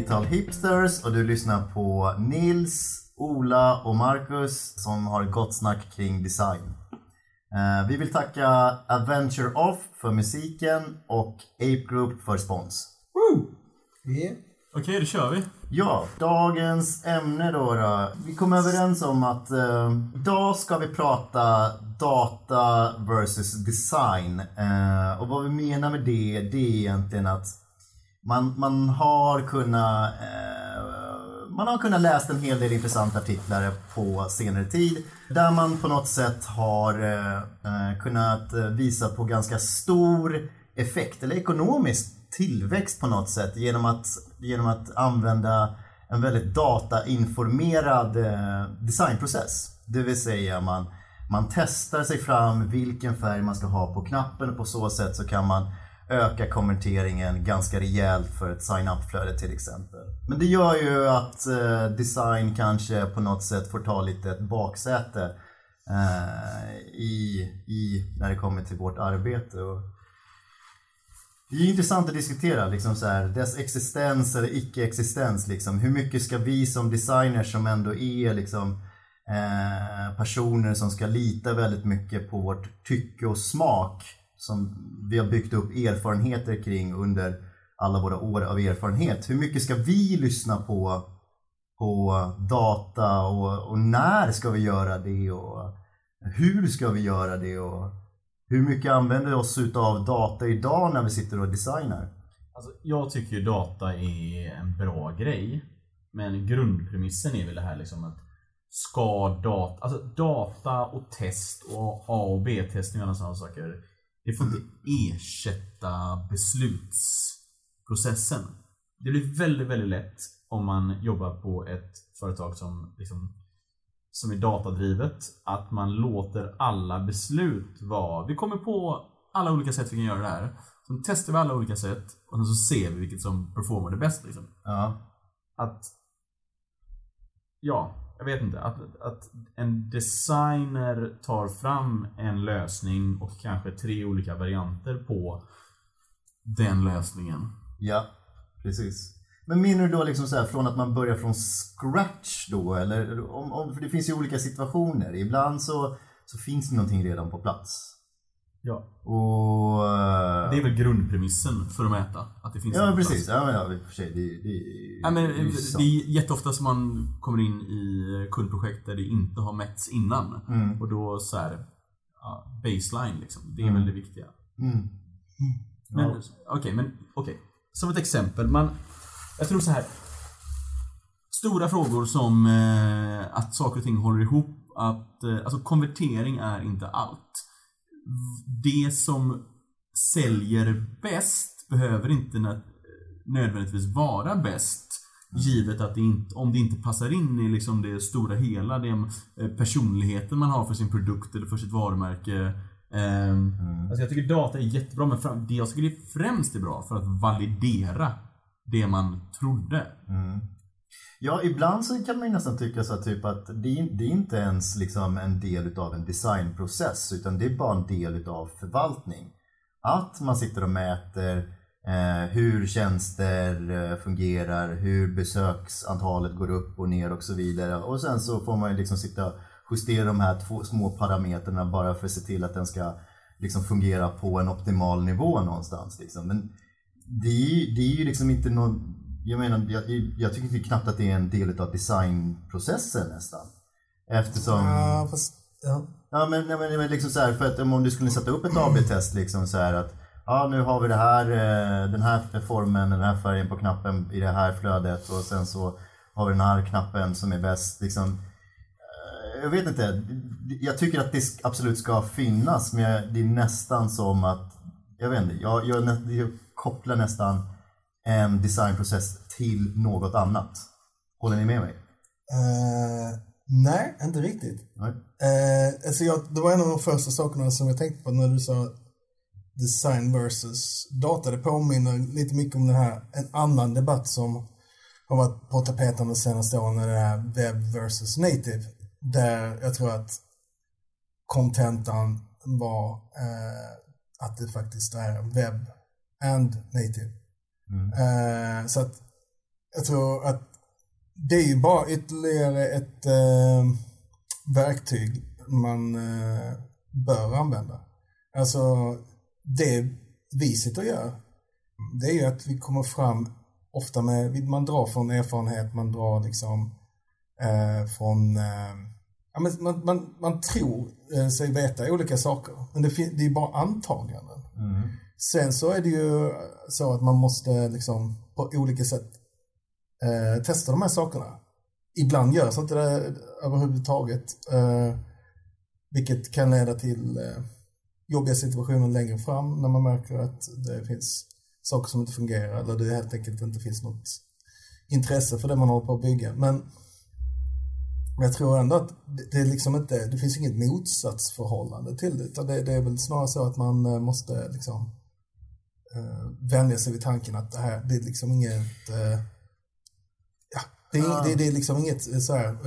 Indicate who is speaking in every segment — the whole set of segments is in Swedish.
Speaker 1: Digital Hipsters och du lyssnar på Nils, Ola och Marcus som har ett gott snack kring design. Vi vill tacka Adventure Off för musiken och Ape Group för spons.
Speaker 2: Yeah.
Speaker 3: Okej, då kör vi.
Speaker 1: Ja, dagens ämne då. Vi kom överens om att idag ska vi prata data versus design. Och vad vi menar med det är egentligen att man har kunnat läsa en hel del intressanta artiklar på senare tid där man på något sätt har kunnat visa på ganska stor effekt eller ekonomisk tillväxt på något sätt genom att använda en väldigt datainformerad designprocess. Det vill säga man testar sig fram vilken färg man ska ha på knappen och på så sätt så kan man öka konverteringen ganska rejält för ett sign-up-flöde till exempel. Men det gör ju att design kanske på något sätt får ta lite ett baksäte när det kommer till vårt arbete. Och det är intressant att diskutera liksom så här, dess existens eller icke-existens. Liksom. Hur mycket ska vi som designers som ändå är liksom, personer som ska lita väldigt mycket på vårt tycke och smak som vi har byggt upp erfarenheter kring under alla våra år av erfarenhet. Hur mycket ska vi lyssna på data och när ska vi göra det och hur ska vi göra det och hur mycket använder vi oss av data idag när vi sitter och designar?
Speaker 3: Alltså, jag tycker ju data är en bra grej. Men grundpremissen är väl det här liksom att data och test och A och B-testning och sådana saker, det får inte ersätta beslutsprocessen. Det blir väldigt, väldigt lätt om man jobbar på ett företag som är datadrivet, att man låter alla beslut vara. Vi kommer på alla olika sätt vi kan göra det här. Sen testar vi alla olika sätt och sen så ser vi vilket som performar det bäst liksom. Jag vet inte, att en designer tar fram en lösning och kanske 3 olika varianter på den lösningen.
Speaker 1: Ja, precis. Men menar du då liksom så här, från att man börjar från scratch då? Eller för det finns ju olika situationer. Ibland så finns det någonting redan på plats.
Speaker 3: Ja.
Speaker 1: Och
Speaker 3: det är väl grundpremissen för att mäta att det finns.
Speaker 1: Ja, precis. Ja, för sig,
Speaker 3: det är jätteofta som man kommer in i kundprojekt där det inte har mätts innan. Och då så här, baseline liksom. Det är väl det viktiga. Men okej. Som ett exempel, jag tror så här. Stora frågor som att saker och ting håller ihop, alltså konvertering är inte allt. Det som säljer bäst behöver inte nödvändigtvis vara bäst, givet att om det inte passar in i liksom det stora hela, det personligheten man har för sin produkt eller för sitt varumärke. Alltså jag tycker data är jättebra, men det jag tycker det främst är bra för att validera det man trodde.
Speaker 1: Ja, ibland så kan man ju nästan tycka så typ att det är inte ens liksom en del av en designprocess, utan det är bara en del av förvaltning. Att man sitter och mäter hur tjänster fungerar, hur besöksantalet går upp och ner och så vidare. Och sen så får man ju liksom sitta och justera de här 2 små parametrarna bara för att se till att den ska liksom fungera på en optimal nivå någonstans. Liksom. Men det är ju liksom inte någon... Jag tycker knappt att det är en del av designprocessen nästan. Eftersom... Ja, men liksom så här, för att om du skulle sätta upp ett AB-test liksom så här att nu har vi det här, den här formen, den här färgen på knappen i det här flödet och sen så har vi den här knappen som är bäst liksom. Jag vet inte, jag tycker att det absolut ska finnas, men det är nästan som att jag vet inte, jag kopplar nästan en designprocess till något annat. Håller ni med mig?
Speaker 2: Nej, inte riktigt.
Speaker 1: Nej.
Speaker 2: Alltså det var en av de första sakerna som jag tänkte på när du sa design versus data. Det påminner lite mycket om en annan debatt som har varit på tapeten de senaste åren, det är webb versus native. Där jag tror att contentan var att det faktiskt är webb and native. Så att jag tror att det är ju bara ytterligare ett verktyg man bör använda. Alltså det vi sitter och gör, det är ju att vi kommer fram ofta med, man drar från erfarenhet, man drar liksom från man tror sig veta olika saker, men det är bara antaganden. Sen så är det ju så att man måste liksom på olika sätt testa de här sakerna. Ibland görs inte det överhuvudtaget, vilket kan leda till jobbiga situationer längre fram när man märker att det finns saker som inte fungerar eller det helt enkelt inte finns något intresse för det man håller på att bygga. Men jag tror ändå att det är liksom inte, det finns inget motsatsförhållande till det, utan det är väl snarare så att man måste liksom vänja sig vid tanken att det är liksom inget det är liksom inget så här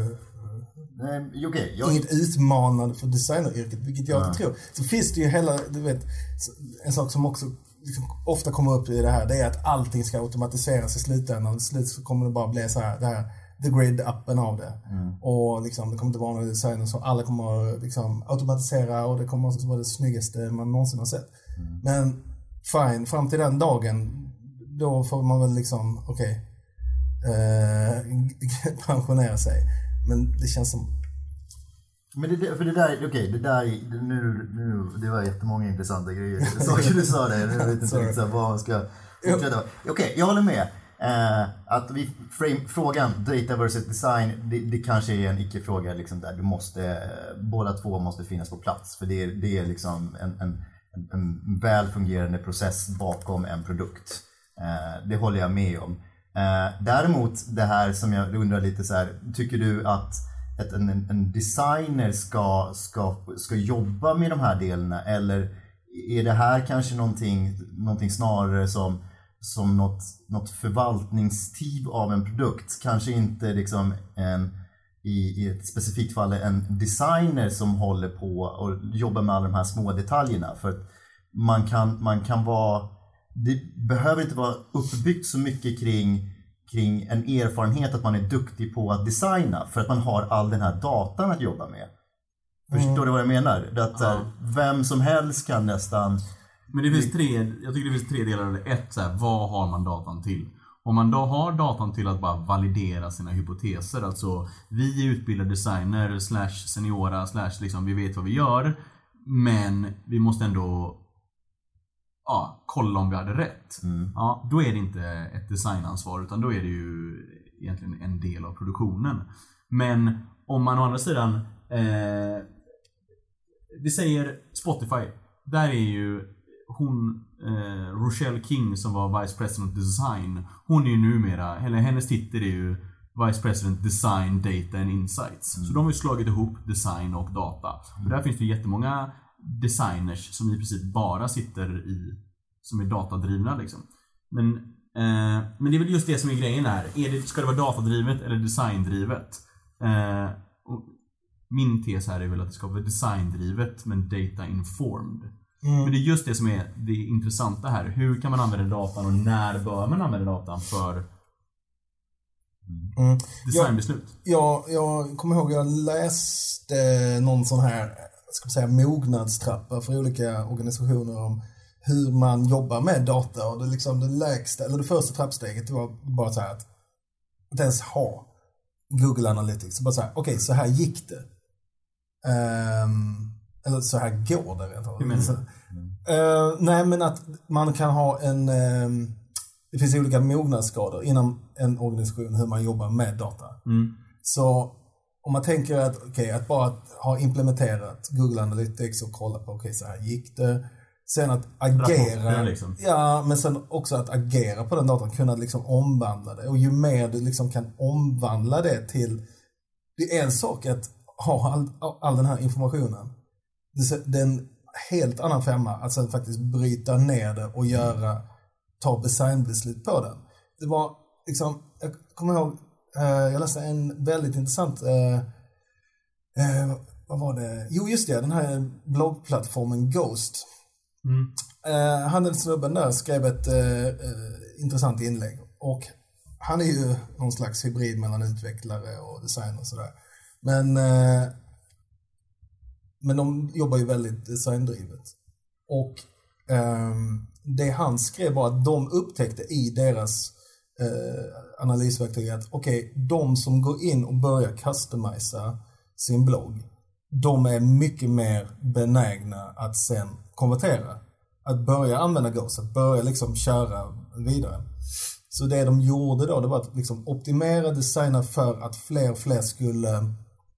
Speaker 2: inget utmanande för designeryrket, vilket jag inte tror. Så finns det ju hela, du vet, en sak som också liksom ofta kommer upp i det här, det är att allting ska automatiseras i slutändan. Till slut så kommer det bara bli så här, det här the grid-appen av det. Och liksom, det kommer inte vara några designer som alla kommer liksom automatisera, och det kommer att vara det snyggaste man någonsin har sett. Men fine, fram till den dagen då får man väl liksom pensionera sig. Men det känns som...
Speaker 1: Men det var jättemånga intressanta grejer. Saker du sa där, jag vet inte riktigt vad man ska fortsätta. Okej, jag håller med. Att frågan data versus design, det kanske är en icke-fråga liksom, där du måste, båda två måste finnas på plats. För det är liksom en väl fungerande process bakom en produkt. Det håller jag med om. Däremot det här som jag undrar lite så här, tycker du att en designer ska jobba med de här delarna, eller är det här kanske någonting snarare som något förvaltningsteam av en produkt, kanske inte liksom i ett specifikt fall en designer som håller på och jobbar med alla de här små detaljerna, för att man kan vara, det behöver inte vara uppbyggt så mycket kring en erfarenhet att man är duktig på att designa, för att man har all den här datan att jobba med. Förstår du vad jag menar? Att vem som helst kan nästan...
Speaker 3: Men jag tycker det finns tre delar av det. Ett, så här, vad har man datan till? Om man då har datan till att bara validera sina hypoteser, alltså vi är utbildade designer / seniora / liksom, vi vet vad vi gör, men vi måste ändå kolla om vi hade rätt. Ja, då är det inte ett designansvar, utan då är det ju egentligen en del av produktionen. Men om man å andra sidan vi säger Spotify, där är ju hon Rochelle King som var Vice President Design, hon är ju numera, hennes titel är ju Vice President Design, Data and Insights. Så de har ju slagit ihop design och data. Och där finns det jättemånga designers som i princip bara sitter som är datadrivna liksom. Men det är väl just det som är grejen här. Ska det vara datadrivet eller designdrivet? Och min tes här är väl att det ska vara designdrivet men data informed. Men det är just det som är det intressanta här. Hur kan man använda datan och när bör man använda datan för designbeslut?
Speaker 2: Jag kommer ihåg jag läste någon sån här, ska man säga, mognadstrappa för olika organisationer om hur man jobbar med data, och det liksom det lägsta, eller det första trappsteget var bara så här att inte ens ha Google Analytics, bara så här, okej, så här gick det. Eller så här går det rent av. Nej, men att man kan ha det finns olika mognadsgrader inom en organisation hur man jobbar med data. Så om man tänker att bara ha implementerat Google Analytics och kolla på så här gick det. Sen att agera, liksom. Ja, men sen också att agera på den datan, kunna liksom omvandla det. Och ju mer du liksom kan omvandla det till, det är en sak att ha all den här informationen. Det är en helt annan femma att sen faktiskt bryta ner det och ta designbeslut på den. Det var liksom, jag kommer ihåg, jag läste en väldigt intressant vad var det? Jo, just det, den här bloggplattformen Ghost. Handelsnubben där skrev ett intressant inlägg, och han är ju någon slags hybrid mellan utvecklare och design och sådär. Men de jobbar ju väldigt designdrivet. Och det han skrev var att de upptäckte i deras analysverktyg att de som går in och börjar customisa sin blogg, de är mycket mer benägna att sen konvertera. Att börja använda Ghost, att börja liksom köra vidare. Så det de gjorde då, det var att liksom optimera, designa för att fler och fler skulle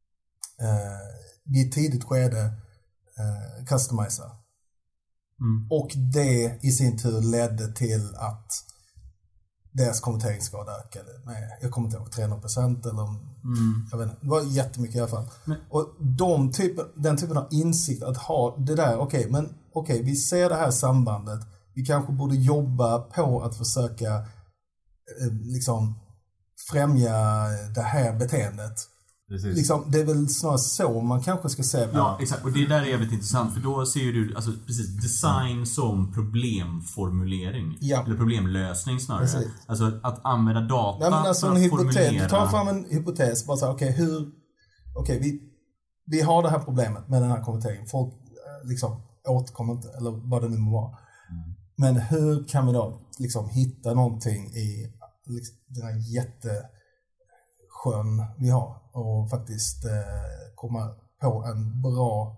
Speaker 2: i ett tidigt skede customisa. Och det i sin tur ledde till att deras konverteringsgrad ökade med, jag kommer inte ihåg, 300% eller jag vet inte, det var jättemycket i alla fall. Och den typen av insikt att ha det där, vi ser det här sambandet, vi kanske borde jobba på att försöka liksom främja det här beteendet. Liksom, det är väl snarare så man kanske ska se.
Speaker 3: Ja, exakt. Och det där är jävligt intressant. För då ser du alltså, precis design som problemformulering. Eller problemlösning snarare. Precis. Alltså att använda data för att formulera.
Speaker 2: Du tar fram en hypotes. Bara så här, vi har det här problemet med den här konverteringen. Folk liksom återkommer inte, eller vad det nu må vara. Men hur kan vi då liksom hitta någonting i liksom, den här jättesjön vi har och faktiskt komma på en bra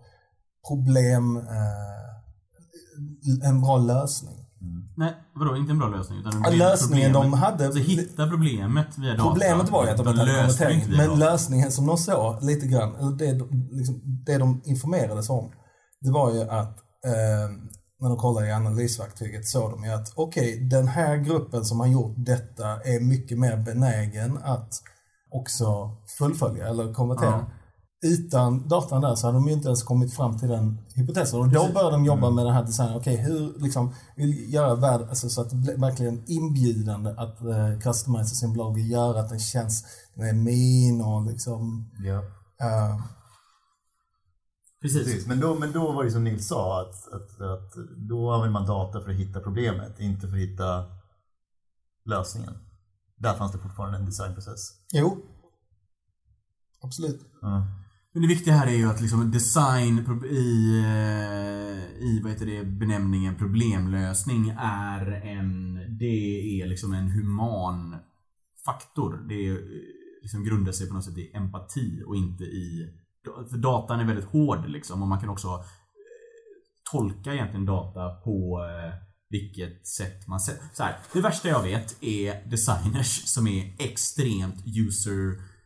Speaker 2: en bra lösning.
Speaker 3: Nej, vadå? Inte en bra lösning utan
Speaker 2: lösningen de hade,
Speaker 3: alltså hitta problemet via data.
Speaker 2: Problemet var ju att de hade konvertering, men lösningen som de såg lite grann, eller det de informerades om, det var ju att när de kollar i analysverktyget såg de ju att den här gruppen som har gjort detta är mycket mer benägen att också fullfölja eller konvertera. Utan datan där så hade de ju inte ens kommit fram till den hypotesen. Och då började de jobba med den här designen. Hur liksom vill göra alltså, så att det blir verkligen inbjudande att customisa sin blogg och göra att den känns min och liksom...
Speaker 1: Ja. Precis. Men då var det som Nils sa att då använder man data för att hitta problemet, inte för att hitta lösningen. Där fanns det fortfarande en designprocess.
Speaker 2: Jo. Absolut.
Speaker 3: Men det viktiga här är ju att liksom design i vad heter det, benämningen problemlösning det är liksom en human faktor. Det är liksom grundar sig på något sätt i empati och inte i, för datan är väldigt hård liksom, och man kan också tolka egentligen data på vilket sätt man ser. Så här, det värsta jag vet är designers som är extremt user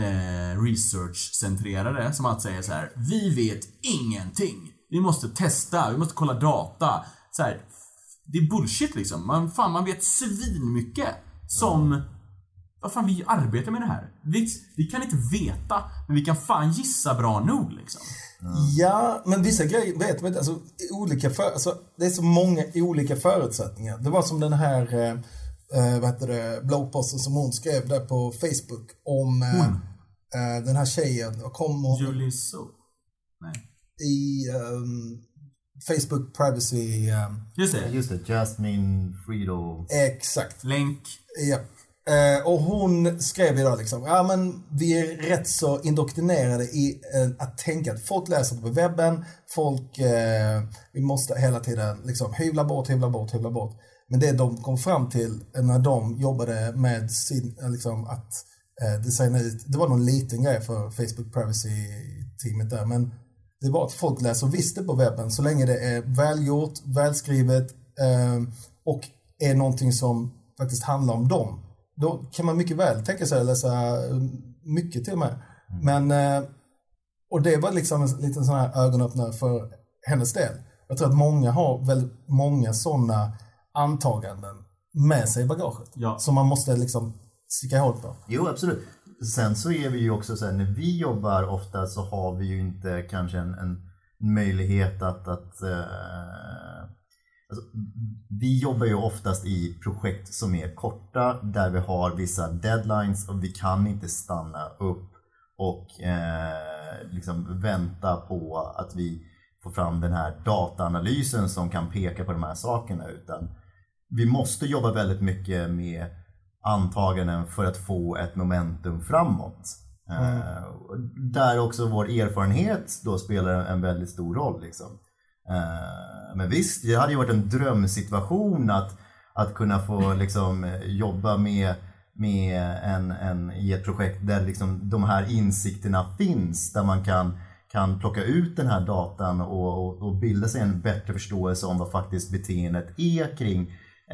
Speaker 3: research-centrerade, som alltid säger så här: vi vet ingenting, vi måste testa, vi måste kolla data. Så här, det är bullshit liksom. Man vet svinmycket som vad fan, vi arbetar med det här. Vi kan inte veta, men vi kan fan gissa bra nog liksom.
Speaker 2: Ja, men vissa grejer vet man inte. Alltså, det är så många olika förutsättningar. Det var som den här bloggposten som hon skrev där på Facebook om den här tjejen.
Speaker 3: Julie So. Nej.
Speaker 2: I Facebook privacy.
Speaker 1: Just det, Jasmine Friedel.
Speaker 2: Exakt.
Speaker 3: Länk.
Speaker 2: Ja. Och hon skrev idag liksom, men vi är rätt så indoktrinerade i att tänka att folk läser på webben, vi måste hela tiden liksom hyvla bort. Men det de kom fram till när de jobbade med liksom, att designa ut, det var någon liten grej för Facebook privacy-teamet där, men det var att folk läser visst på webben så länge det är välgjort, välskrivet och är någonting som faktiskt handlar om dem. Då kan man mycket väl tänka sig att läsa mycket till och med. Men, och det var liksom en liten sån här ögonöppnare för hennes del. Jag tror att många har väldigt många sådana antaganden med sig i bagaget. Ja. Som man måste liksom sticka hål på.
Speaker 1: Jo, absolut. Sen så är vi ju också så här, när vi jobbar ofta så har vi ju inte kanske en möjlighet alltså, vi jobbar ju oftast i projekt som är korta, där vi har vissa deadlines och vi kan inte stanna upp och liksom vänta på att vi får fram den här dataanalysen som kan peka på de här sakerna, utan vi måste jobba väldigt mycket med antaganden för att få ett momentum framåt. Där också vår erfarenhet då spelar en väldigt stor roll liksom. Men visst, det hade ju varit en drömsituation att kunna få liksom jobba med i ett projekt där liksom de här insikterna finns, där man kan plocka ut den här datan och bilda sig en bättre förståelse om vad faktiskt beteendet är kring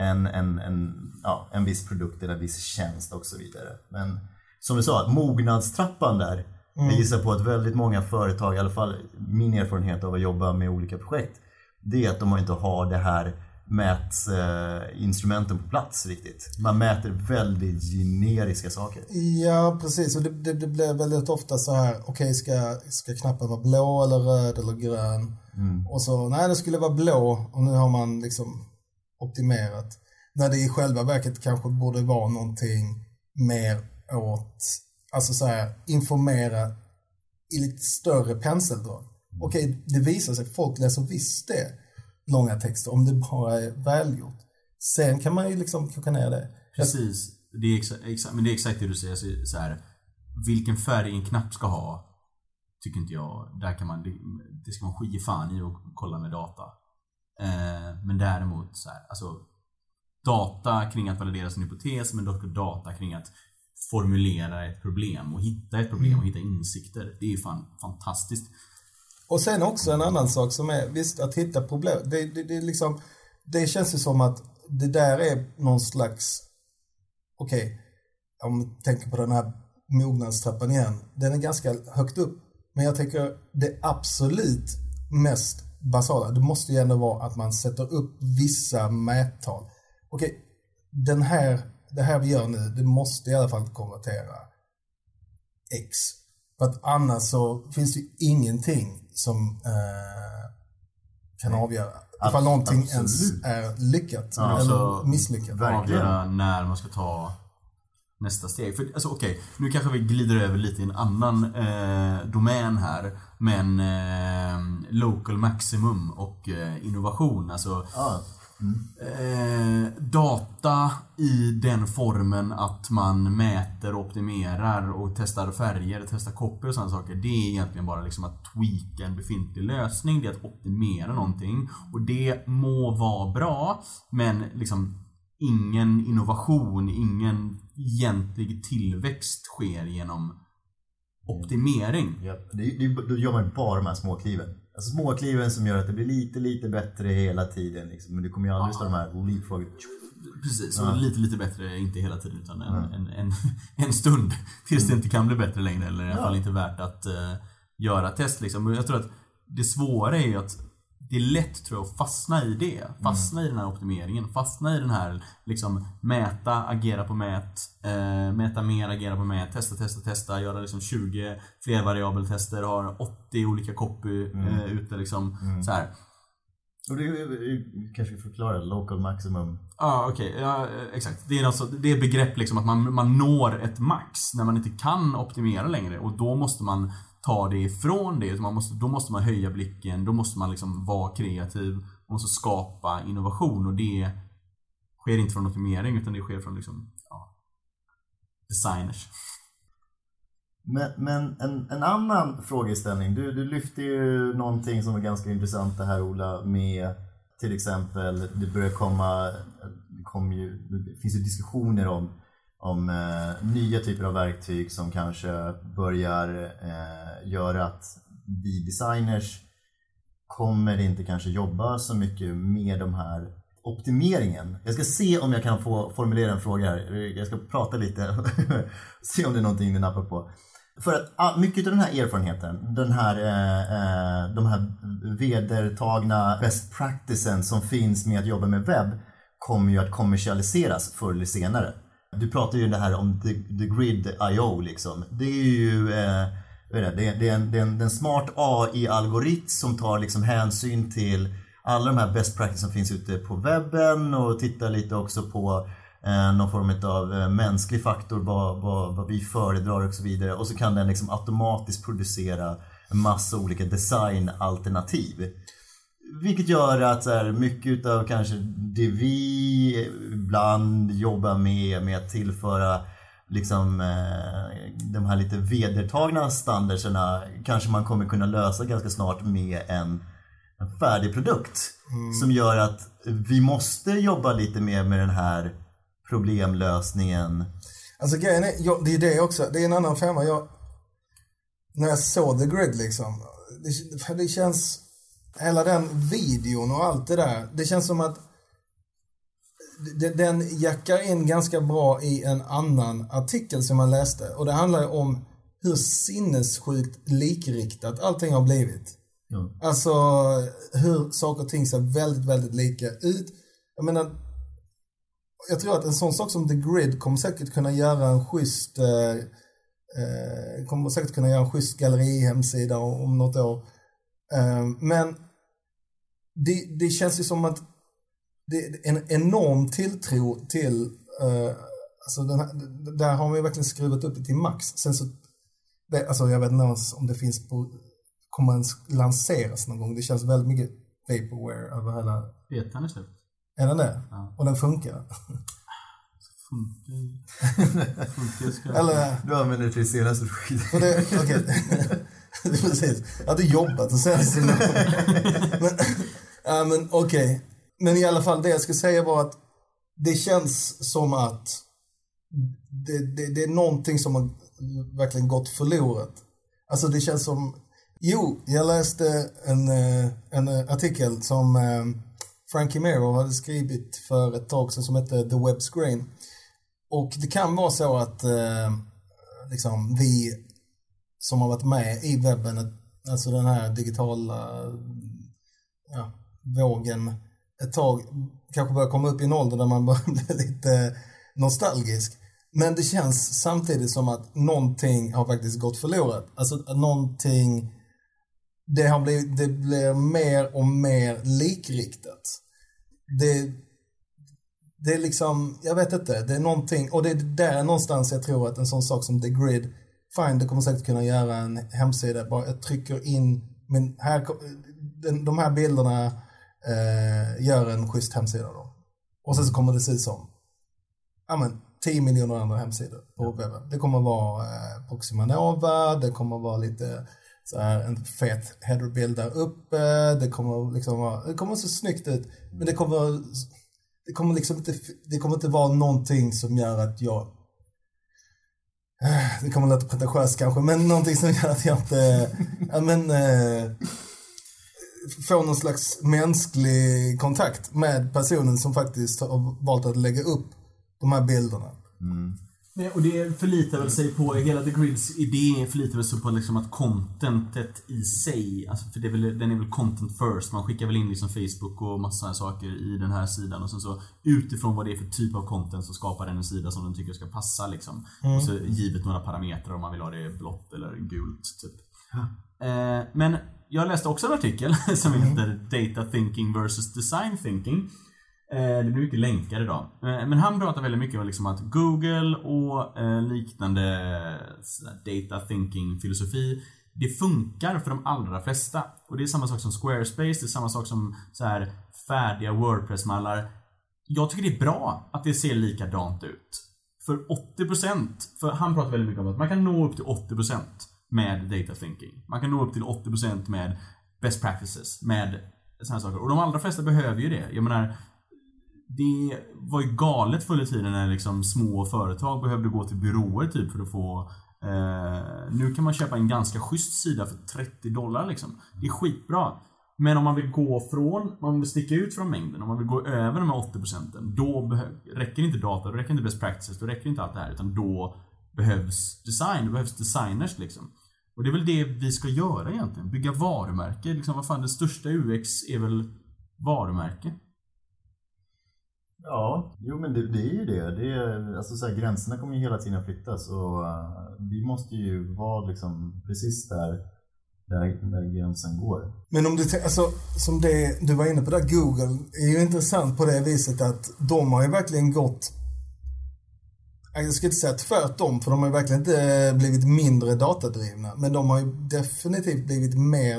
Speaker 1: en viss produkt eller en viss tjänst och så vidare. Men som du sa, mognadstrappan där, jag gissar på att väldigt många företag, i alla fall min erfarenhet av att jobba med olika projekt, det är att de inte har det här mätinstrumenten på plats riktigt. Man mäter väldigt generiska saker.
Speaker 2: Ja, precis. Och det blir väldigt ofta så här, okej, ska knappen vara blå eller röd eller grön? Och så, nej, det skulle vara blå, och nu har man liksom optimerat. När det i själva verket kanske borde vara någonting mer åt, alltså så här, informera i lite större penseldrag. Okej, det visar sig, folk läser visst det, långa texter, om det bara är välgjort. Sen kan man ju liksom koka ner det.
Speaker 3: Precis, det är men det är exakt det du säger, så här, vilken färg en knapp ska ha tycker inte jag, där kan man, det ska man skita fan i och kolla med data. Men däremot så här, alltså data kring att validera sin hypotes, men dock data kring att formulera ett problem och hitta ett problem och hitta insikter. Det är ju fan fantastiskt.
Speaker 2: Och sen också en annan sak som är, visst, att hitta problem. Det liksom, det känns ju som att det där är någon slags, okej, om vi tänker på den här mognadstrappan igen, den är ganska högt upp. Men jag tänker det absolut mest basala, det måste ju ändå vara att man sätter upp vissa mättal. Okej, det här vi gör nu, det måste i alla fall konvertera X. För att annars så finns det ju ingenting som kan avgöra ifall någonting ens är lyckat eller misslyckat.
Speaker 3: Avgöra när man ska ta nästa steg. För, alltså, okej, nu kanske vi glider över lite i en annan domän här, men local maximum och innovation, alltså data i den formen att man mäter, optimerar och testar färger, testar copy och sådana saker. Det är egentligen bara liksom att tweaka en befintlig lösning, det är att optimera någonting, och det må vara bra, men liksom ingen innovation, ingen egentlig tillväxt sker genom optimering.
Speaker 1: Ja, då gör man bara de här småkliven. Alltså småkliven som gör att det blir lite bättre hela tiden liksom. Men det kommer ju aldrig stå de här leapfrog.
Speaker 3: Precis, och lite bättre, inte hela tiden utan en stund tills det inte kan bli bättre längre, eller i alla fall inte värt att göra test liksom. Jag tror att det svåra är ju att det är lätt, tror jag, att fastna i det. Fastna i den här optimeringen. Fastna i den här liksom mäta, agera på mäta mer, agera på mät, testa, göra liksom 20 flervariabeltester, har 80 olika copy ute liksom så här.
Speaker 1: Och det kanske förklara local maximum.
Speaker 3: Okej. Ja, exakt. Det är alltså, det är begrepp liksom att man når ett max när man inte kan optimera längre, och då måste man ta det ifrån det. Då måste man höja blicken, då måste man liksom vara kreativ, man måste skapa innovation, och det sker inte från optimering utan det sker från liksom, designers.
Speaker 1: Men en annan frågeställning, du lyfter ju någonting som är ganska intressant det här, Ola, med till exempel det börjar det finns ju diskussioner om nya typer av verktyg som kanske börjar göra att vi designers kommer inte kanske jobba så mycket med de här optimeringen. Jag ska se om jag kan få formulera en fråga här. Jag ska prata lite se om det är någonting ni nappar på. För att mycket av den här erfarenheten, de här vedertagna best practicen som finns med att jobba med webb kommer ju att kommersialiseras förr eller senare. Du pratar ju det här om the grid IO liksom. Det är ju det är en smart AI-algoritm som tar liksom hänsyn till alla de här best practice som finns ute på webben, och tittar lite också på någon form av mänsklig faktor, vad vi föredrar och så vidare. Och så kan den liksom automatiskt producera en massa olika designalternativ. Vilket gör att så här, mycket av kanske det vi vi ibland jobbar med att tillföra liksom de här lite vedertagna standarderna kanske man kommer kunna lösa ganska snart med en färdig produkt som gör att vi måste jobba lite mer med den här problemlösningen.
Speaker 2: Alltså grejen är, det är det också, det är en annan femma. När jag såg The Grid liksom, det känns, hela den videon och allt det där, det känns som att den jackar in ganska bra i en annan artikel som man läste. Och det handlar ju om hur sinnessjukt likriktat allting har blivit. Alltså hur saker och ting ser väldigt, väldigt lika ut. Jag menar, jag tror att en sån sak som The Grid kommer säkert kunna göra en schysst gallerihemsida om något år. Men det känns ju som att det är en enorm tilltro till alltså där har man ju verkligen skruvat upp det till max. Sen så alltså jag vet inte om det finns kommer ens lanseras någon gång. Det känns väldigt mycket vaporware över hela.
Speaker 3: Betan är slut.
Speaker 2: Är den det?
Speaker 3: Ja.
Speaker 2: Och den funkar.
Speaker 3: Funkar.
Speaker 2: Eller
Speaker 1: du använder det till senaste skit.
Speaker 2: Okej. Precis. Jag hade jobbat och sen men okej. Men i alla fall det jag skulle säga var att det känns som att det är någonting som har verkligen gått förlorat. Alltså det känns som jag läste en artikel som Frankie Mero hade skrivit för ett tag sedan som heter The Web Screen. Och det kan vara så att liksom vi som har varit med i webben, alltså den här digitala vågen ett tag, kanske börjar komma upp i en ålder där man börjar bli lite nostalgisk. Men det känns samtidigt som att någonting har faktiskt gått förlorat. Alltså att någonting, det blir mer och mer likriktat. Det är liksom, jag vet inte, det är någonting, och det är där någonstans jag tror att en sån sak som The Grid, fine, det kommer säkert kunna göra en hemsida, bara jag trycker in de här bilderna, gör en schysst hemsida då. Och sen så kommer det se ut som 10 miljoner andra hemsidor på webben. Det kommer vara Proxima Nova, det kommer vara lite så här en fet headerbild där uppe, det kommer se snyggt ut, men det kommer inte vara någonting som gör att det kommer låta pretentiöst kanske, men någonting som gör att jag inte får någon slags mänsklig kontakt med personen som faktiskt har valt att lägga upp de här bilderna.
Speaker 3: Nej, och det förlitar väl sig på hela The Grids idé, förlitar väl sig på liksom att contentet i sig, alltså för den är väl content first, man skickar väl in liksom Facebook och massa sådana saker i den här sidan, och sen så utifrån vad det är för typ av content så skapar den en sida som den tycker ska passa liksom. Och så givet några parametrar om man vill ha det blått eller gult typ. Men jag läste också en artikel som heter Data Thinking versus Design Thinking. Det blir mycket länkar idag. Men han pratar väldigt mycket om liksom att Google och liknande data thinking filosofi, det funkar för de allra flesta. Och det är samma sak som Squarespace, det är samma sak som så här färdiga WordPress-mallar. Jag tycker det är bra att det ser likadant ut. För 80%, för han pratar väldigt mycket om att man kan nå upp till 80% med data thinking. Man kan nå upp till 80% med best practices, med sådana saker. Och de allra flesta behöver ju det. Jag menar, det var ju galet förr i tiden när liksom små företag behövde gå till byråer typ för att få nu kan man köpa en ganska schysst sida för $30 liksom. Det är skitbra. Men om man vill man vill sticka ut från mängden, om man vill gå över de här 80%, då räcker inte data, då räcker inte best practices, då räcker inte allt det här, utan då behövs design, då behövs designers liksom. Och det är väl det vi ska göra egentligen, bygga varumärke liksom. Vad fan, det största UX är väl varumärke.
Speaker 1: Ja, jo men det är ju det. Alltså så här, gränserna kommer ju hela tiden flyttas, och vi måste ju vara liksom precis där gränsen går.
Speaker 2: Men om du alltså, som det du var inne på där, Google är ju intressant på det viset att de har ju verkligen gått, jag ska inte säga tvärtom, för de har ju verkligen inte blivit mindre datadrivna, men de har ju definitivt blivit mer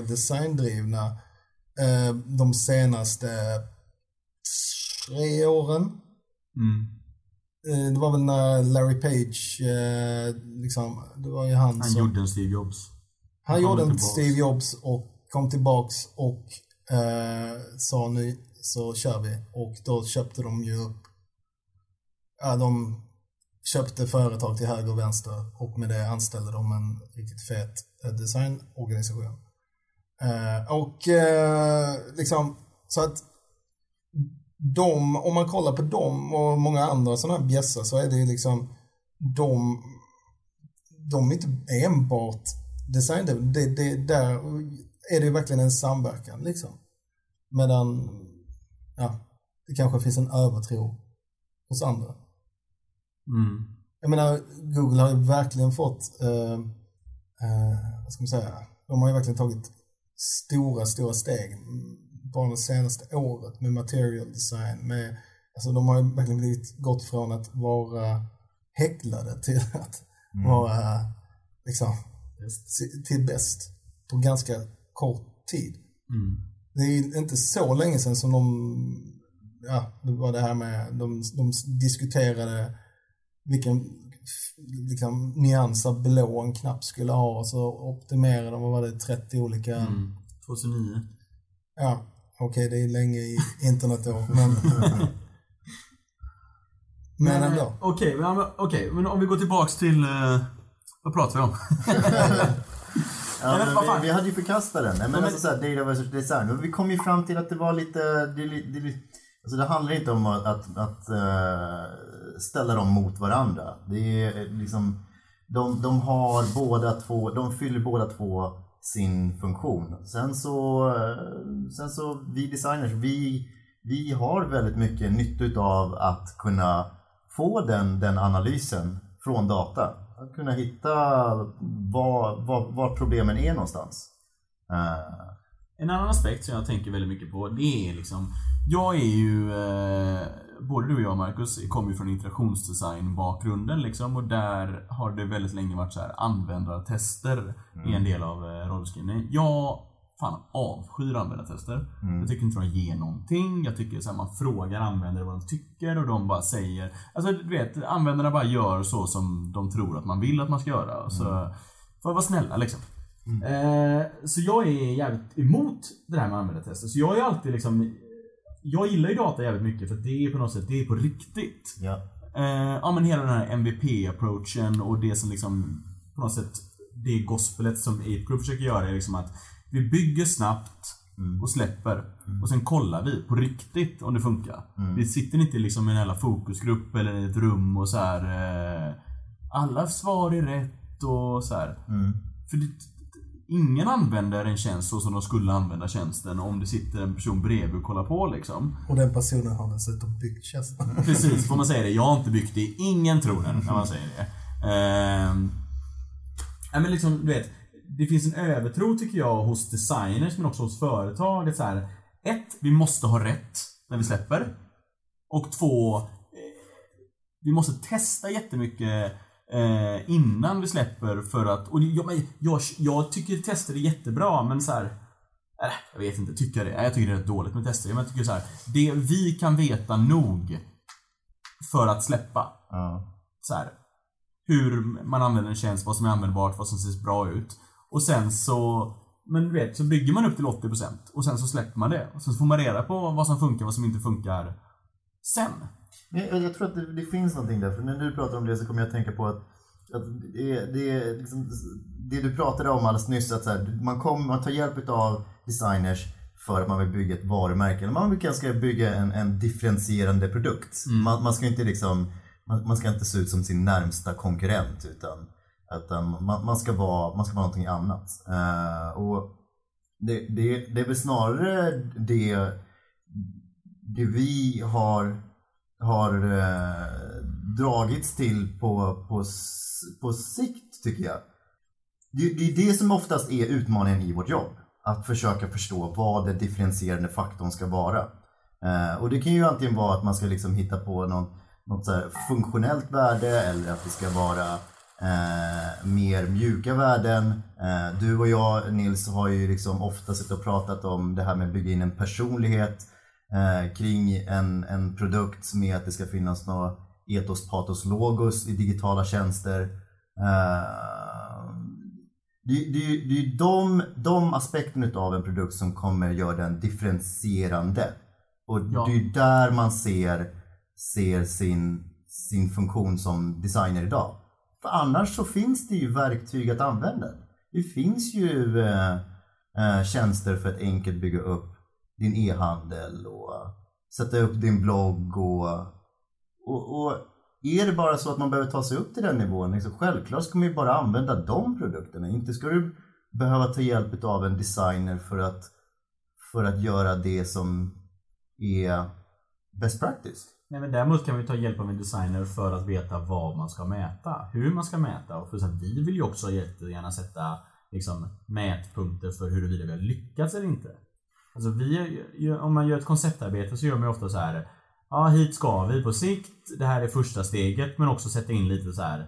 Speaker 2: designdrivna de senaste 3 åren. Det var väl när Larry Page, liksom, det var ju han som...
Speaker 3: gjorde en Steve Jobs.
Speaker 2: Han gjorde en Steve Jobs och kom tillbaks och sa nu så kör vi. Och då köpte de ju upp... Ja, de köpte företag till höger och vänster och med det anställde de en riktigt fet designorganisation. Liksom, så att om man kollar på dem och många andra sådana här bjässar så är det ju liksom de är inte enbart design. Där är det ju verkligen en samverkan liksom. Medan det kanske finns en övertro hos andra. Jag menar, Google har ju verkligen fått vad ska man säga, de har ju verkligen tagit stora steg bara det senaste året med material design, alltså de har ju verkligen gått från att vara häcklade till att vara liksom till bäst på ganska kort tid. Det är inte så länge sedan som det var det här med de diskuterade vilken liksom nyans av blå en knapp skulle ha och så optimerade de, vad var det, 30 olika
Speaker 3: 2009.
Speaker 2: Ja, okej, det är länge i internet då, men ändå.
Speaker 3: Okej, men om vi går tillbaks till vad pratar vi om?
Speaker 1: Vi hade ju förkastat den. Men alltså såhär, data versus design. Men vi kom ju fram till att det var lite alltså det handlar inte om att ställa dem mot varandra. Det är liksom de har båda två, de fyller båda två sin funktion. Sen så vi designers, vi har väldigt mycket nytta av att kunna få den analysen från data. Att kunna hitta var problemen är någonstans.
Speaker 3: En annan aspekt som jag tänker väldigt mycket på, det är liksom, jag är ju både du och jag, Marcus, kommer ju från interaktionsdesign-bakgrunden liksom, och där har det väldigt länge varit så här användartester i en del av rollskrivningen. Jag avskyr användartester. Jag tycker inte de ger någonting. Jag tycker så här, man frågar användare vad de tycker och de bara säger, alltså du vet, användarna bara gör så som de tror att man vill att man ska göra. Så får vara snälla liksom. Så jag är jävligt emot det här med användartester. Så jag är alltid liksom, jag gillar ju data jävligt mycket för att det är på något sätt, det är på riktigt. Men hela den här MVP-approachen och det som liksom på något sätt, det gospelet som April försöker göra är liksom att vi bygger snabbt och släpper och sen kollar vi på riktigt om det funkar. Vi sitter inte liksom i en hela fokusgrupp eller i ett rum och så här alla svar är rätt och så här. För ingen använder en tjänst så som de skulle använda tjänsten om det sitter en person bredvid och kollar på liksom.
Speaker 2: Och den personen har dessutom byggt tjänsten.
Speaker 3: Precis, får man säga det. Jag har inte byggt det. Ingen tror den när man säger det. Men liksom, du vet, det finns en övertro tycker jag hos designers men också hos företag att så här, 1, vi måste ha rätt när vi släpper. Och 2, vi måste testa jättemycket innan vi släpper för att, och jag tycker tester är jättebra men så här, jag vet inte, tycker det. Jag tycker det är rätt dåligt med tester. Men jag tycker så här, det vi kan veta nog för att släppa. Så här, hur man använder en tjänst, vad som är användbart, vad som ser bra ut. Och sen så, men du vet, så bygger man upp till 80% och sen så släpper man det. Och sen så får man reda på vad som funkar, vad som inte funkar sen.
Speaker 1: Jag tror att det finns någonting där. För när du pratar om det så kommer jag att tänka på att det, liksom, det du pratade om alldeles nyss, att så här, man tar hjälp av designers för att man vill bygga ett varumärke. Eller man ska bygga en differentierande produkt. Man ska inte liksom, man ska inte se ut som sin närmsta konkurrent utan man ska vara någonting annat. Och det är väl snarare det vi har dragits till på sikt tycker jag. Det är det som oftast är utmaningen i vårt jobb. Att försöka förstå vad den differentierande faktorn ska vara. Och det kan ju antingen vara att man ska liksom hitta på något så här funktionellt värde eller att det ska vara mer mjuka värden. Du och jag, Nils, har ju liksom ofta suttit och pratat om det här med att bygga in en personlighet. kring en produkt med att det ska finnas några etos, patos, logos i digitala tjänster. Det är de aspekterna av en produkt som kommer göra den differentierande. Och det är där man ser sin funktion som designer idag. För annars så finns det ju verktyg att använda. Det finns ju tjänster för att enkelt bygga upp din e-handel och sätta upp din blogg och är det bara så att man behöver ta sig upp till den nivån, liksom, självklart ska man ju bara använda de produkterna. Inte ska du behöva ta hjälp av en designer för att göra det som är best practice.
Speaker 3: Nej, men däremot kan vi ta hjälp av en designer för att veta vad man ska mäta, hur man ska mäta. Och för så att vi vill ju också jättegärna sätta liksom, mätpunkter för huruvida vi har lyckats eller inte. Alltså om man gör ett konceptarbete så gör man ofta så här: ja, hit ska vi på sikt, det här är första steget, men också sätta in lite så här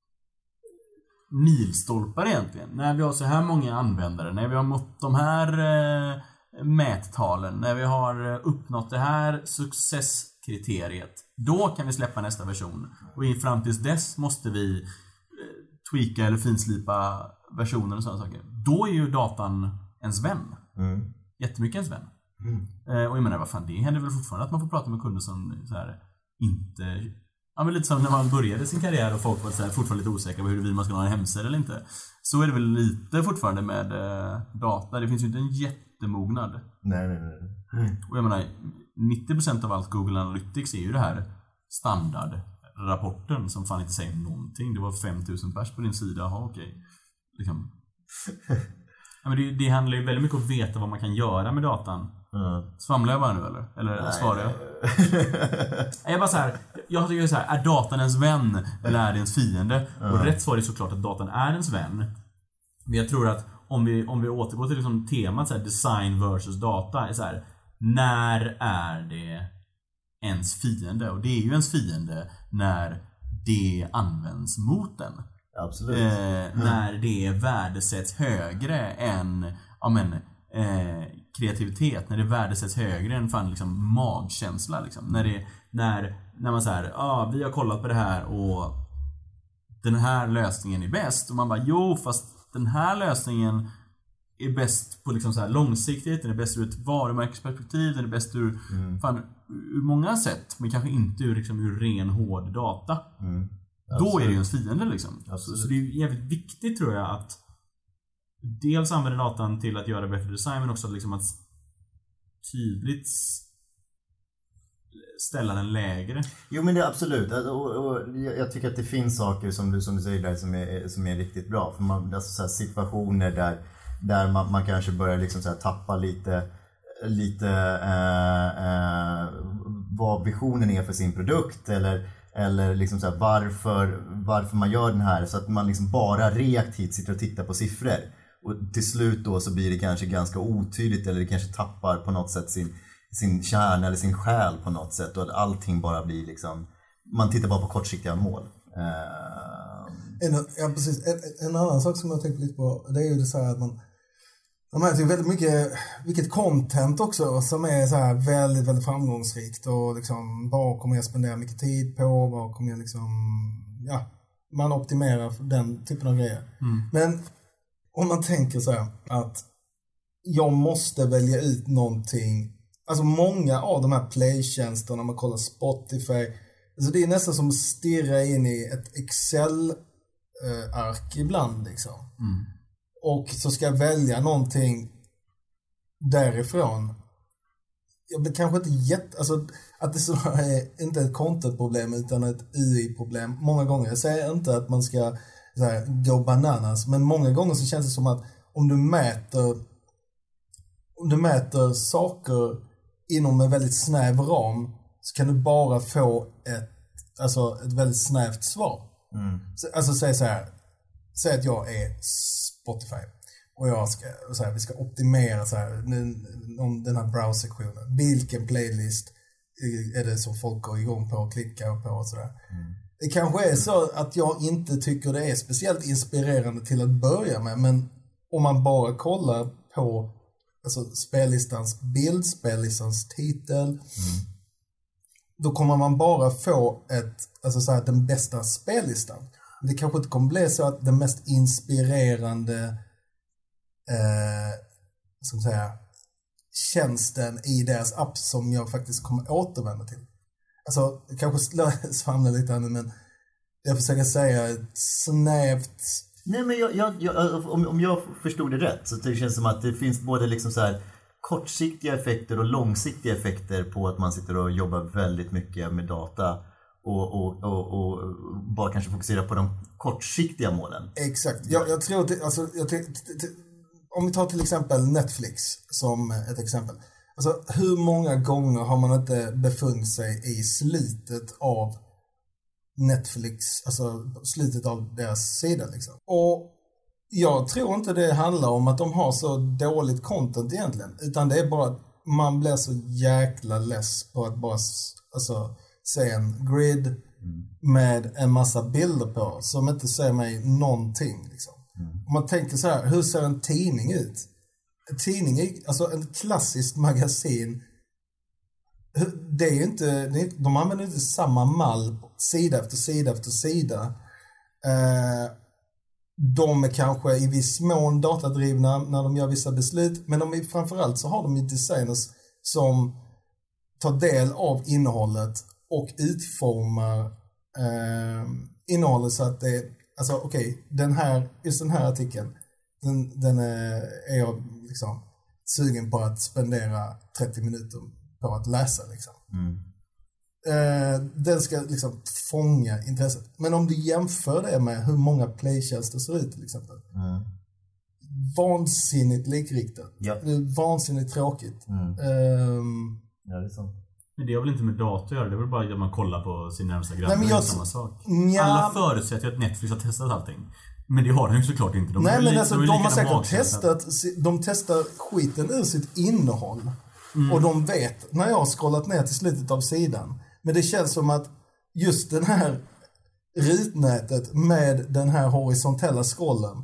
Speaker 3: milstolpar egentligen. När vi har så här många användare, när vi har mått de här mättalen, när vi har uppnått det här successkriteriet, då kan vi släppa nästa version. Och fram tills dess måste vi tweaka eller finslipa versioner och sådana saker. Då är ju datan ens vän. Jättemycket ens vän. Och jag menar, vad fan, det händer väl fortfarande att man får prata med kunder som så här, inte... Ja, men lite som när man började sin karriär och folk var så här, fortfarande lite osäkra på huruvida man ska ha en hemsida eller inte. Så är det väl lite fortfarande med data. Det finns ju inte en jättemognad.
Speaker 1: Nej.
Speaker 3: Och jag menar, 90% av allt Google Analytics är ju det här standardrapporten som fan inte säger någonting. Det var 5000 pers på din sida. Jaha, okej. Liksom. Ja, men det handlar ju väldigt mycket om att veta vad man kan göra med datan. Svamlar jag bara nu eller svarar jag? Jag bara så här, jag tycker så här, är datan ens vän eller är det ens fiende? Och rätt svar är såklart att datan är ens vän. Men jag tror att om vi återgår till liksom temat så här, design versus data, är så här, när är det ens fiende? Och det är ju ens fiende när det används mot den.
Speaker 1: Absolut.
Speaker 3: När det värdesätts högre än kreativitet, när det värdesätts högre än fan liksom magkänsla liksom. När man säger vi har kollat på det här och den här lösningen är bäst, och man bara jo, fast den här lösningen är bäst på liksom så här långsiktigt, den är bäst ur ett varumärkesperspektiv, den är bäst ur ur många sätt, men kanske inte ur ren hård data. Då är det ju ens fiende liksom. Så det är jävligt viktigt, tror jag, att dels använda datan till att göra bättre design, men också liksom att tydligt ställa den lägre.
Speaker 1: Jo, men det är absolut. Och jag tycker att det finns saker som du säger där som är riktigt bra. För man, alltså så här, situationer där man kanske börjar liksom så här tappa lite vad visionen är för sin produkt, eller liksom så här, varför man gör den här, så att man liksom bara reaktivt sitter och tittar på siffror. Och till slut då så blir det kanske ganska otydligt, eller det kanske tappar på något sätt sin kärna eller sin själ på något sätt, och att allting bara blir liksom, man tittar bara på kortsiktiga mål.
Speaker 2: Precis. En annan sak som jag tänker lite på, det är ju det så här att de här tycker väldigt mycket vilket content också som är så här väldigt, väldigt framgångsrikt, och liksom vad kommer jag spendera mycket tid på, vad kommer jag liksom, man optimerar för den typen av grejer. Men om man tänker så här att jag måste välja ut någonting, alltså många av de här playtjänsterna, man kollar Spotify, alltså det är nästan som att stirra in i ett Excel-ark ibland liksom. Och så ska jag välja någonting därifrån. Jag blir kanske inte alltså att det så är inte ett content-problem utan ett UI-problem många gånger. Jag säger inte att man ska så här, gå bananas, men många gånger så känns det som att om du mäter saker inom en väldigt snäv ram, så kan du bara få ett väldigt snävt svar. Alltså säg så här, säg att jag är Spotify och jag ska så här, vi ska optimera så här, den här browse-sektionen. Vilken playlist är det som folk går igång på och klickar på och sådär. Det kanske är så att jag inte tycker det är speciellt inspirerande till att börja med, men om man bara kollar på alltså spellistans bild, spellistans titel, då kommer man bara få alltså så här, den bästa spellistan. Det kanske inte kommer bli så att den mest inspirerande som säga, tjänsten i deras app som jag faktiskt kommer återvända till. Alltså, kanske svamlar lite här nu, men jag försöker säga ett snävt...
Speaker 1: Nej, men om jag förstod det rätt så det känns som att det finns både liksom så här kortsiktiga effekter och långsiktiga effekter på att man sitter och jobbar väldigt mycket med data och bara kanske fokusera på de kortsiktiga målen.
Speaker 2: Exakt. Jag tror att alltså, om vi tar till exempel Netflix som ett exempel. Alltså, hur många gånger har man inte befunnit sig i slutet av Netflix, alltså slutet av deras sida liksom. Och jag tror inte det handlar om att de har så dåligt content egentligen, utan det är bara att man blir så jäkla less på att bara se en grid med en massa bilder på som inte säger mig någonting liksom. Om man tänker så här, hur ser en tidning ut? En tidning, alltså en klassisk magasin, det är ju inte, de använder inte samma mall sida efter sida efter sida. De är kanske i viss mån datadrivna när de gör vissa beslut, men framförallt så har de ju designers som tar del av innehållet och utformar innehållet så att det, alltså okej, just den här artikeln, den är jag liksom sugen på att spendera 30 minuter på att läsa liksom. Den ska liksom fånga intresset. Men om du jämför det med hur många playtjänster ser ut till exempel. Vansinnigt likriktat.
Speaker 1: Yep.
Speaker 2: Det är vansinnigt tråkigt.
Speaker 1: Ja, det är sant.
Speaker 3: Men det har väl inte med dator att göra, det är väl bara att man kollar på sin närmsta granne.
Speaker 2: Nej, men
Speaker 3: samma sak. Alla förutsätter att Netflix har testat allting. Men det har de ju såklart inte.
Speaker 2: Nej, men alltså, de har säkert testat, de testar skiten ur sitt innehåll. Och de vet när jag har scrollat ner till slutet av sidan. Men det känns som att just den här rutnätet med den här horisontella scrollen,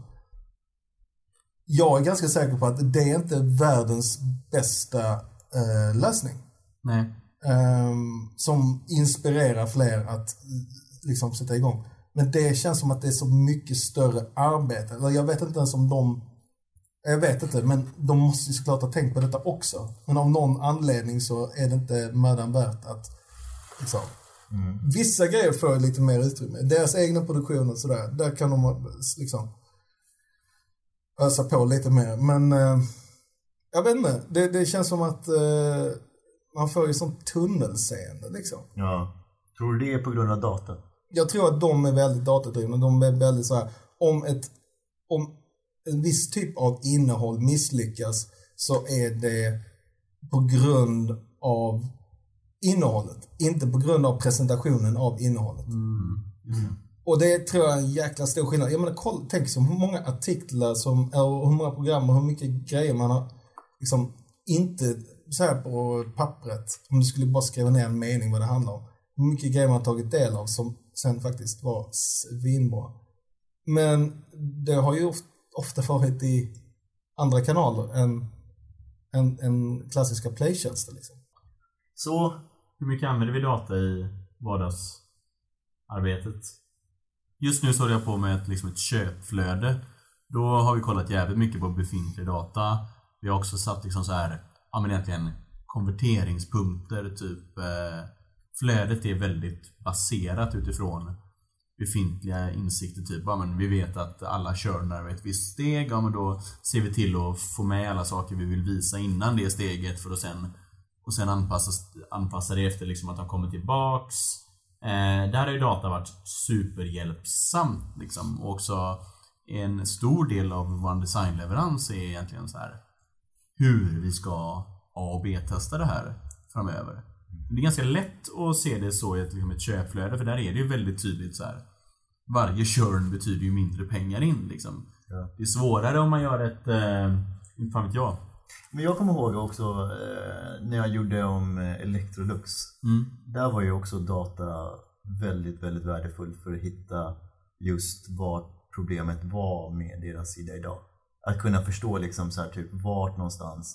Speaker 2: jag är ganska säker på att det är inte världens bästa lösning.
Speaker 3: Nej.
Speaker 2: Som inspirerar fler att liksom sätta igång. Men det känns som att det är så mycket större arbete. Eller jag vet inte ens om jag vet inte, men de måste ju såklart ha tänkt på detta också. Men av någon anledning så är det inte mödan värt att liksom. Vissa grejer får lite mer utrymme. Deras egna produktioner sådär, där kan de liksom ösa på lite mer. Men jag vet inte, det känns som att man får ju sånt tunnelseende liksom.
Speaker 1: Ja. Tror du det är på grund av data?
Speaker 2: Jag tror att de är väldigt datadrivna. De är väldigt så här, om en viss typ av innehåll misslyckas så är det på grund av innehållet, inte på grund av presentationen av innehållet. Och det tror jag är en jäkla stor skillnad. Jag menar, tänk så hur många artiklar och hur många program och hur mycket grejer man har liksom, inte så här på pappret, om du skulle bara skriva ner en mening vad det handlar om. Hur mycket grejer man har tagit del av som sen faktiskt var svinbra. Men det har ju ofta varit i andra kanaler än klassiska playtjänster liksom.
Speaker 3: Så hur mycket använder vi data i vardagsarbetet? Just nu så håller jag på med ett köpflöde. Då har vi kollat jävligt mycket på befintlig data. Vi har också satt liksom så här, ja men egentligen konverteringspunkter typ. Flödet är väldigt baserat utifrån befintliga insikter typ. Ja, men vi vet att alla kör över ett visst steg. Ja, men då ser vi till att få med alla saker vi vill visa innan det steget för att sen anpassa det efter liksom att de kommer tillbaks. Där har ju data varit superhjälpsamt liksom. Och också en stor del av vår designleverans är egentligen så här hur vi ska A- och B-testa det här framöver. Det är ganska lätt att se det så i ett köpflöde, för där är det ju väldigt tydligt så här. Varje churn betyder ju mindre pengar in liksom. Ja. Det är svårare om man gör inte fan vet jag.
Speaker 1: Men jag kommer ihåg också när jag gjorde om Electrolux. Där var ju också data väldigt, väldigt värdefullt för att hitta just vad problemet var med deras sida idag. Att kunna förstå liksom så här, typ vart någonstans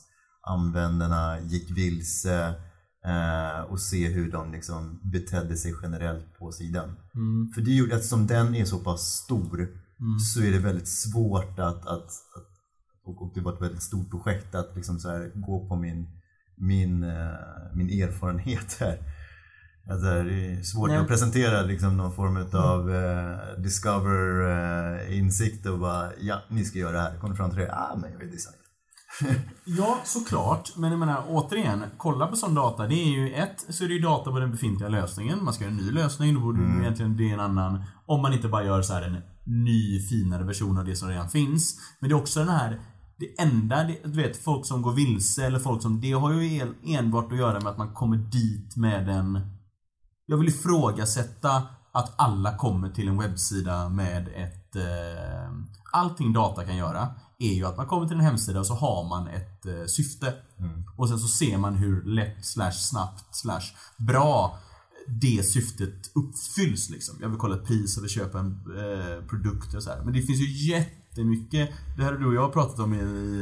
Speaker 1: användarna gick vilse och se hur de liksom betedde sig generellt på sidan. För det gjorde att som den är så pass stor så är det väldigt svårt att och det var ett väldigt stort projekt att liksom så här gå på min erfarenhet här. Alltså, det är svårt att presentera liksom någon form av discover-insikt och bara, ja, ni ska göra det här. Kommer fram till det, men jag vill designa.
Speaker 3: Ja, såklart. Men jag menar, återigen, kolla på sån data. Det är ju så är det ju data på den befintliga lösningen. Man ska göra en ny lösning, då borde egentligen det är en annan. Om man inte bara gör så här en ny, finare version av det som redan finns. Men det är också den här, det enda, du vet, folk som går vilse eller folk som, det har ju enbart att göra med att man kommer dit med en. Jag vill ifrågasätta att alla kommer till en webbsida med ett allting data kan göra är ju att man kommer till en hemsida och så har man ett syfte. Och sen så ser man hur lätt /snabbt /bra det syftet uppfylls liksom. Jag vill kolla ett pris eller köpa en produkt och så här. Men det finns ju jättemycket, det här är du och jag har pratat om i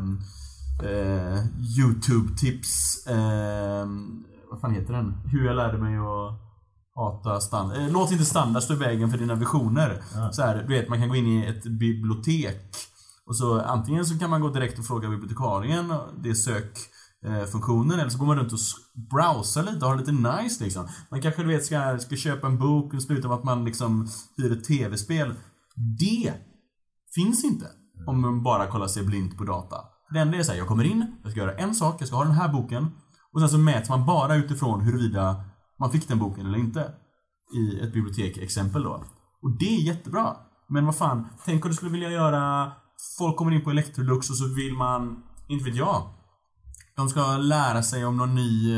Speaker 3: YouTube-tips, vad fan heter den? Hur jag lärde mig att hata standard. Låt inte standard stå i vägen för dina visioner. Så här, du vet, man kan gå in i ett bibliotek och så antingen så kan man gå direkt och fråga bibliotekarien, det är sökfunktionen, eller så går man runt och browsar lite och har lite nice liksom. Man kanske, du vet, ska köpa en bok och sluta med att man liksom hyr ett tv-spel. Det finns inte om man bara kollar sig blint på data. Det enda är så här, jag kommer in, jag ska göra en sak, jag ska ha den här boken och sen så mäter man bara utifrån huruvida man fick den boken eller inte i ett bibliotek-exempel då. Och det är jättebra. Men vad fan, tänk om du skulle vilja göra, folk kommer in på Electrolux och så vill man, inte vet jag, de ska lära sig om någon ny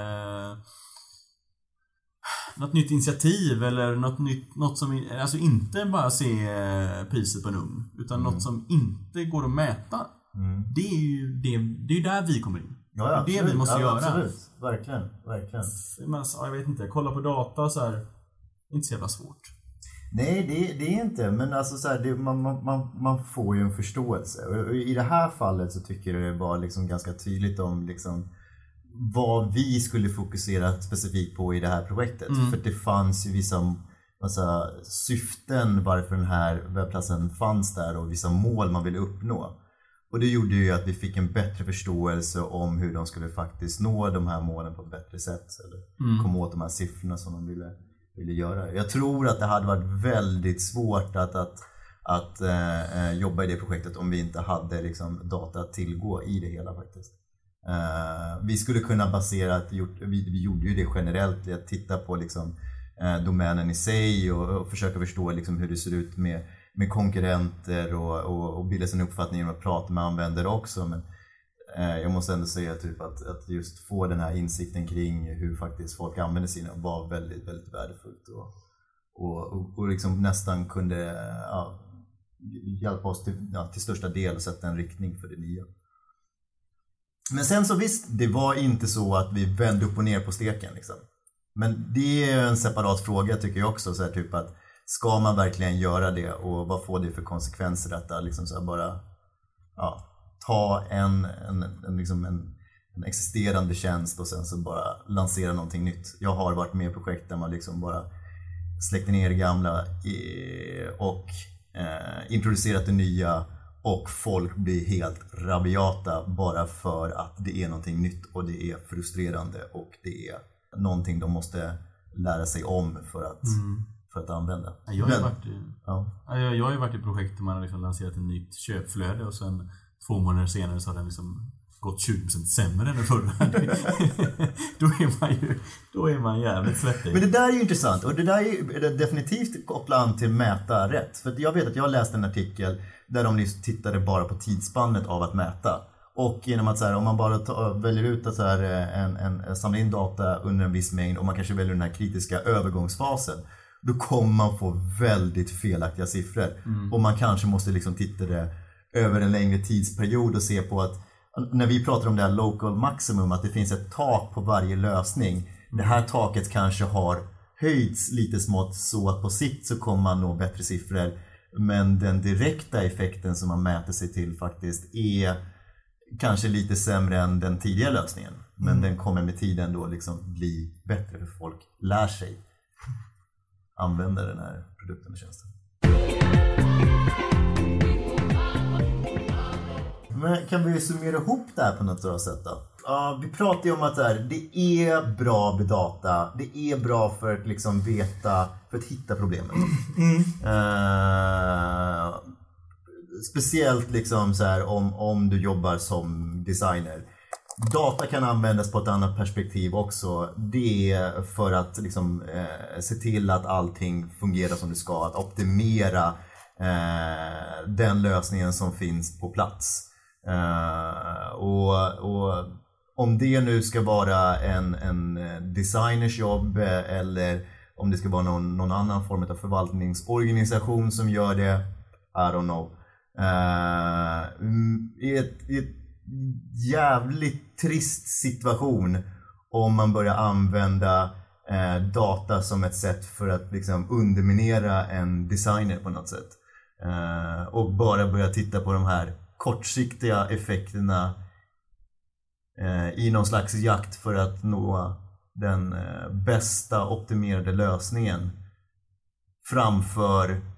Speaker 3: något nytt initiativ eller något som, alltså inte bara se priset på en ugn, utan något som inte går att mäta. Det är ju det är där vi kommer in.
Speaker 1: Ja,
Speaker 3: det är det vi måste göra.
Speaker 1: Absolut. Verkligen.
Speaker 3: Men, jag vet inte, kolla på data så här, inte så jävla svårt.
Speaker 1: Nej, det är inte, men alltså så här, man får ju en förståelse. Och i det här fallet så tycker jag det var liksom ganska tydligt om liksom vad vi skulle fokusera specifikt på i det här projektet. För det fanns ju vissa syften varför den här webbplatsen fanns där och vissa mål man ville uppnå. Och det gjorde ju att vi fick en bättre förståelse om hur de skulle faktiskt nå de här målen på ett bättre sätt. Eller komma åt de här siffrorna som de ville göra. Jag tror att det hade varit väldigt svårt att jobba i det projektet om vi inte hade liksom data att tillgå i det hela faktiskt. Vi skulle kunna basera, vi gjorde ju det generellt, att titta på liksom, domänen i sig och försöka förstå liksom hur det ser ut med konkurrenter och bilda sin uppfattning genom att prata med användare också. Men jag måste ändå säga typ att just få den här insikten kring hur faktiskt folk använder sina var väldigt, väldigt värdefullt och liksom nästan kunde hjälpa oss till största del att sätta en riktning för det nya. Men sen så visst, det var inte så att vi vände upp och ner på steken liksom. Men det är en separat fråga tycker jag också, så här, typ att ska man verkligen göra det och vad får det för konsekvenser detta liksom så här, bara ta en existerande tjänst och sen så bara lansera någonting nytt. Jag har varit med i projekt där man liksom bara släckte ner det gamla och introducerat det nya och folk blir helt rabiata bara för att det är någonting nytt och det är frustrerande och det är någonting de måste lära sig om för att använda.
Speaker 3: Jag har ju varit i projekt där man har liksom lanserat ett nytt köpflöde och sen 2 månader senare så har den liksom gått 20% sämre än den förra. Då är man jävligt svettig.
Speaker 1: Men det där är ju intressant och det där är definitivt kopplat an till mäta rätt. För jag vet att jag läste en artikel där de tittade bara på tidsspannet av att mäta. Och genom att så här, om man bara väljer ut att så här, samla in data under en viss mängd och man kanske väljer den här kritiska övergångsfasen, då kommer man få väldigt felaktiga siffror. Och man kanske måste liksom titta det över en längre tidsperiod och se på att när vi pratar om det här local maximum, att det finns ett tak på varje lösning. Det här taket kanske har höjts lite smått så att på sikt så kommer man nå bättre siffror. Men den direkta effekten som man mäter sig till faktiskt är kanske lite sämre än den tidigare lösningen. Men den kommer med tiden då liksom bli bättre för folk lär sig använda den här produkten och tjänsten. Men kan vi summera ihop det här på något bra sätt då? Vi pratar ju om att det är bra med data. Det är bra för att liksom veta, för att hitta problemet. Speciellt liksom så här, om du jobbar som designer. Data kan användas på ett annat perspektiv också. Det är för att liksom, se till att allting fungerar som det ska. Att optimera den lösningen som finns på plats. Och om det nu ska vara en designers jobb eller om det ska vara någon annan form av förvaltningsorganisation som gör det, I don't know. I ett jävligt trist situation om man börjar använda data som ett sätt för att liksom underminera en designer på något sätt. Och bara börja titta på de här kortsiktiga effekterna i någon slags jakt för att nå den bästa optimerade lösningen framför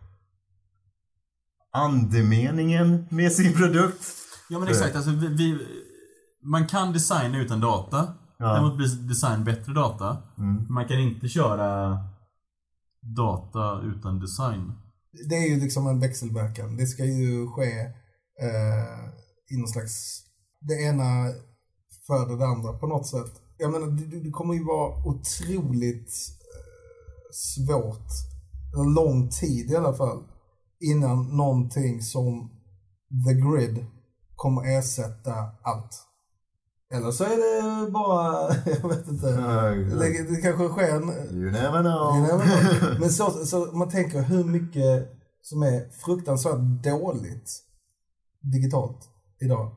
Speaker 1: andemeningen med sin produkt.
Speaker 3: Ja men exakt, alltså man kan designa utan data. Däremot blir design bättre data. Man kan inte köra data utan design.
Speaker 2: Det är ju liksom en växelverkan. Det ska ju ske i någon slags, det ena för det andra på något sätt. Jag menar, det kommer ju vara otroligt svårt, en lång tid i alla fall, innan någonting som The Grid kommer ersätta allt. Eller så är det bara, jag vet inte, det kanske sker en...
Speaker 1: You never know.
Speaker 2: Men så man tänker hur mycket som är fruktansvärt dåligt digitalt idag,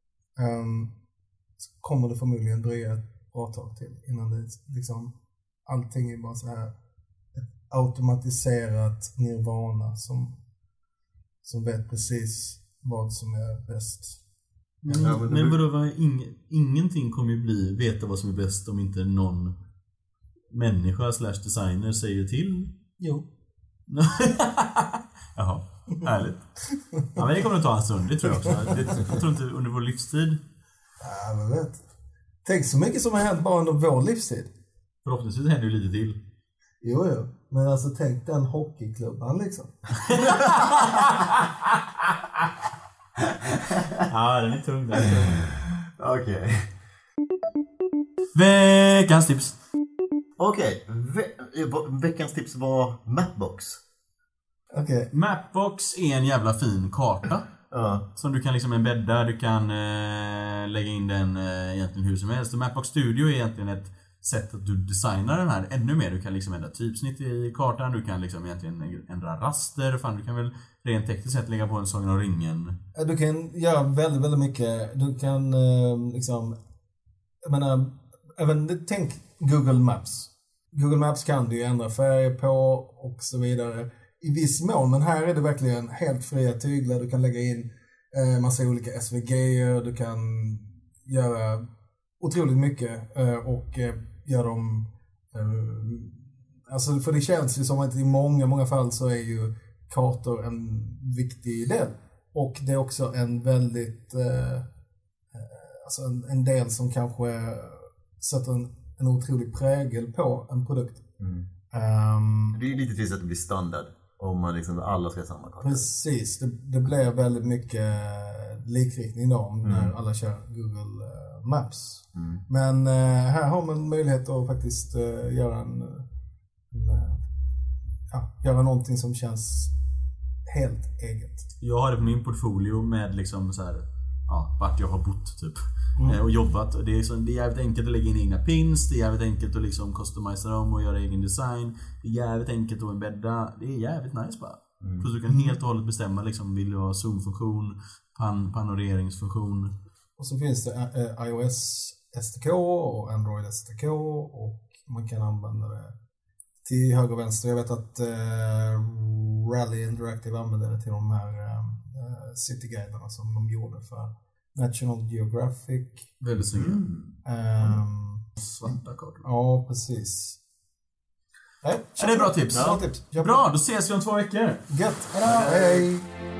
Speaker 2: så kommer det förmodligen dröja ett bra tag till innan det liksom, allting är bara så här ett automatiserat nirvana som vet precis vad som är bäst.
Speaker 3: Men vadå, ingenting kommer ju veta vad som är bäst om inte någon människa / designer säger till.
Speaker 2: Jo.
Speaker 3: Jaha, härligt. Ja, men det kommer att ta en stund, det tror jag också. Jag tror inte under vår livstid.
Speaker 2: Ja, men vet. Tänk så mycket som har hänt bara under vår livstid.
Speaker 3: Förhoppningsvis händer ju lite till.
Speaker 2: Jo. Men alltså tänk den hockeyklubban liksom.
Speaker 3: Ja, den är tung.
Speaker 1: Okej.
Speaker 3: Veckans tips.
Speaker 1: Okej. Veckans tips var Mapbox.
Speaker 2: Okej.
Speaker 3: Mapbox är en jävla fin karta. Som du kan liksom embedda. Du kan lägga in den egentligen hur som helst. Och Mapbox Studio är egentligen ett sätt att du designar den här ännu mer. Du kan liksom ändra typsnitt i kartan. Du kan liksom egentligen ändra raster. Fan, du kan väl rent tekniskt sett lägga på en Sagan om ringen.
Speaker 2: Du kan göra väldigt, väldigt mycket. Du kan liksom, jag menar, även tänk Google Maps. Google Maps kan du ju ändra färger på och så vidare. I viss mån, men här är det verkligen helt fria tyglar. Du kan lägga in massa olika SVG-er. Du kan göra otroligt mycket och göra dem... alltså, för det känns ju som att i många fall så är ju kartor en viktig del. Och det är också en väldigt... alltså en del som kanske sätter en otrolig prägel på en produkt.
Speaker 1: Det är lite trist att det blir standard om man liksom alla ska ha samma karta.
Speaker 2: Precis, det blir väldigt mycket likriktning då när alla kör Google Maps. Men här har man möjlighet att faktiskt göra göra någonting som känns helt eget.
Speaker 3: Jag har det på min portfolio med liksom så här, vart jag har bott typ. Och jobbat. Det är jävligt enkelt att lägga in egna pins. Det är jävligt enkelt att liksom customisa dem och göra egen design. Det är jävligt enkelt att embedda. Det är jävligt nice bara. Så du kan helt och hållet bestämma liksom, vill du ha zoom-funktion, panoreringsfunktion.
Speaker 2: Och så finns det iOS SDK och Android SDK och man kan använda det till höger och vänster. Jag vet att Rally Interactive använder det till de här cityguiderna som de gjorde för National Geographic.
Speaker 3: Väldigt snygga. Svarta kartor.
Speaker 2: Ja, precis.
Speaker 3: Det är bra tips.
Speaker 2: Bra tips.
Speaker 3: Bra, då ses vi om 2 veckor.
Speaker 2: Gött. Hej.